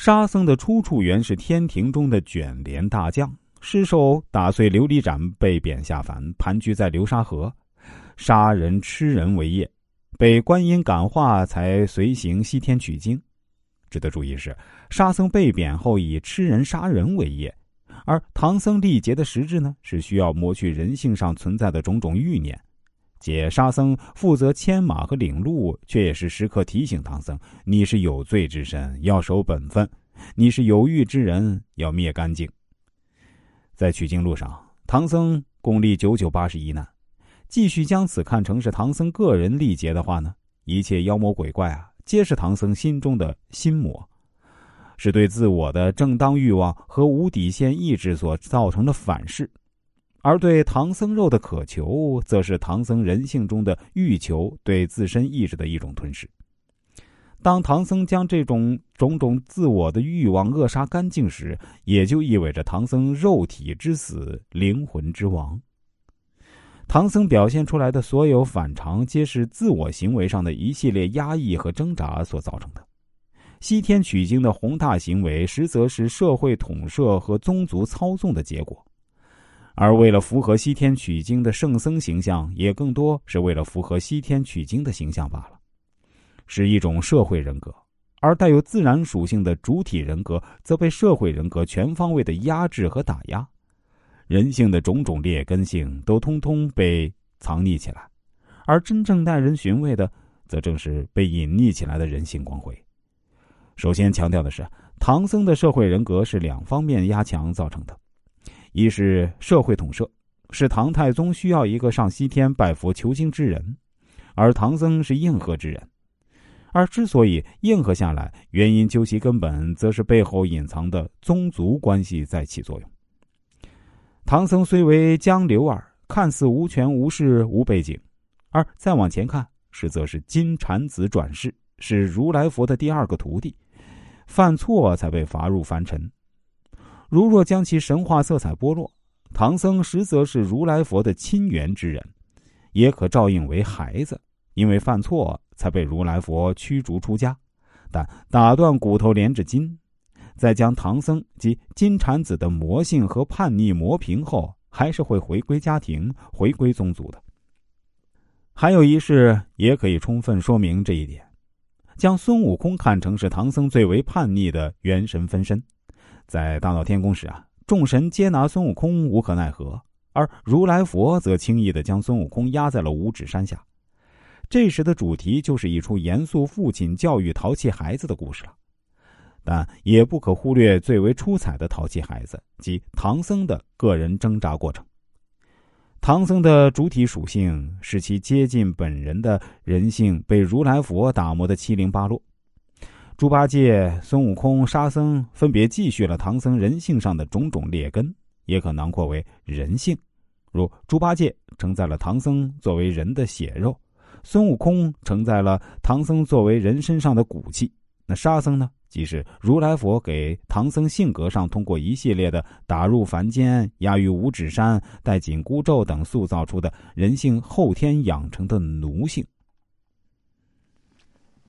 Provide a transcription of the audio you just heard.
沙僧的出处原是天庭中的卷帘大将，失受打碎琉璃盏，被贬下凡，盘踞在流沙河，杀人吃人为业，被观音感化，才随行西天取经。值得注意是，沙僧被贬后以吃人杀人为业，而唐僧历劫的实质呢，是需要磨去人性上存在的种种欲念。且沙僧负责牵马和领路，却也是时刻提醒唐僧，你是有罪之身，要守本分，你是有欲之人，要灭干净。在取经路上，唐僧共历981难，继续将此看成是唐僧个人历劫的话呢，一切妖魔鬼怪皆是唐僧心中的心魔，是对自我的正当欲望和无底线意志所造成的反噬。而对唐僧肉的渴求，则是唐僧人性中的欲求对自身意志的一种吞噬。当唐僧将这种种自我的欲望扼杀干净时，也就意味着唐僧肉体之死，灵魂之亡。唐僧表现出来的所有反常，皆是自我行为上的一系列压抑和挣扎所造成的。西天取经的宏大行为，实则是社会统摄和宗族操纵的结果。而为了符合西天取经的圣僧形象，也更多是为了符合西天取经的形象罢了，是一种社会人格。而带有自然属性的主体人格，则被社会人格全方位的压制和打压，人性的种种劣根性都通通被藏匿起来，而真正耐人寻味的，则正是被隐匿起来的人性光辉。首先强调的是，唐僧的社会人格是两方面压强造成的。一是社会统摄，是唐太宗需要一个上西天拜佛求经之人，而唐僧是应和之人。而之所以应和下来，原因究其根本，则是背后隐藏的宗族关系在起作用。唐僧虽为江流儿，看似无权无势无背景，而再往前看，实则是金蝉子转世，是如来佛的第二个徒弟，犯错才被罚入凡尘。如若将其神话色彩剥落，唐僧实则是如来佛的亲缘之人，也可照应为孩子，因为犯错才被如来佛驱逐出家。但打断骨头连着筋，再将唐僧及金蝉子的魔性和叛逆磨平后，还是会回归家庭，回归宗族的。还有一事也可以充分说明这一点，将孙悟空看成是唐僧最为叛逆的元神分身。在大闹天宫时众神接拿孙悟空无可奈何，而如来佛则轻易地将孙悟空压在了五指山下。这时的主题就是一出严肃父亲教育淘气孩子的故事了。但也不可忽略最为出彩的淘气孩子，即唐僧的个人挣扎过程。唐僧的主体属性使其接近本人的人性被如来佛打磨得七零八落。猪八戒、孙悟空、沙僧分别继续了唐僧人性上的种种劣根，也可囊括为人性。如猪八戒承载了唐僧作为人的血肉，孙悟空承载了唐僧作为人身上的骨气，那沙僧呢，即是如来佛给唐僧性格上通过一系列的打入凡间、压于五指山、戴紧箍咒等塑造出的人性后天养成的奴性。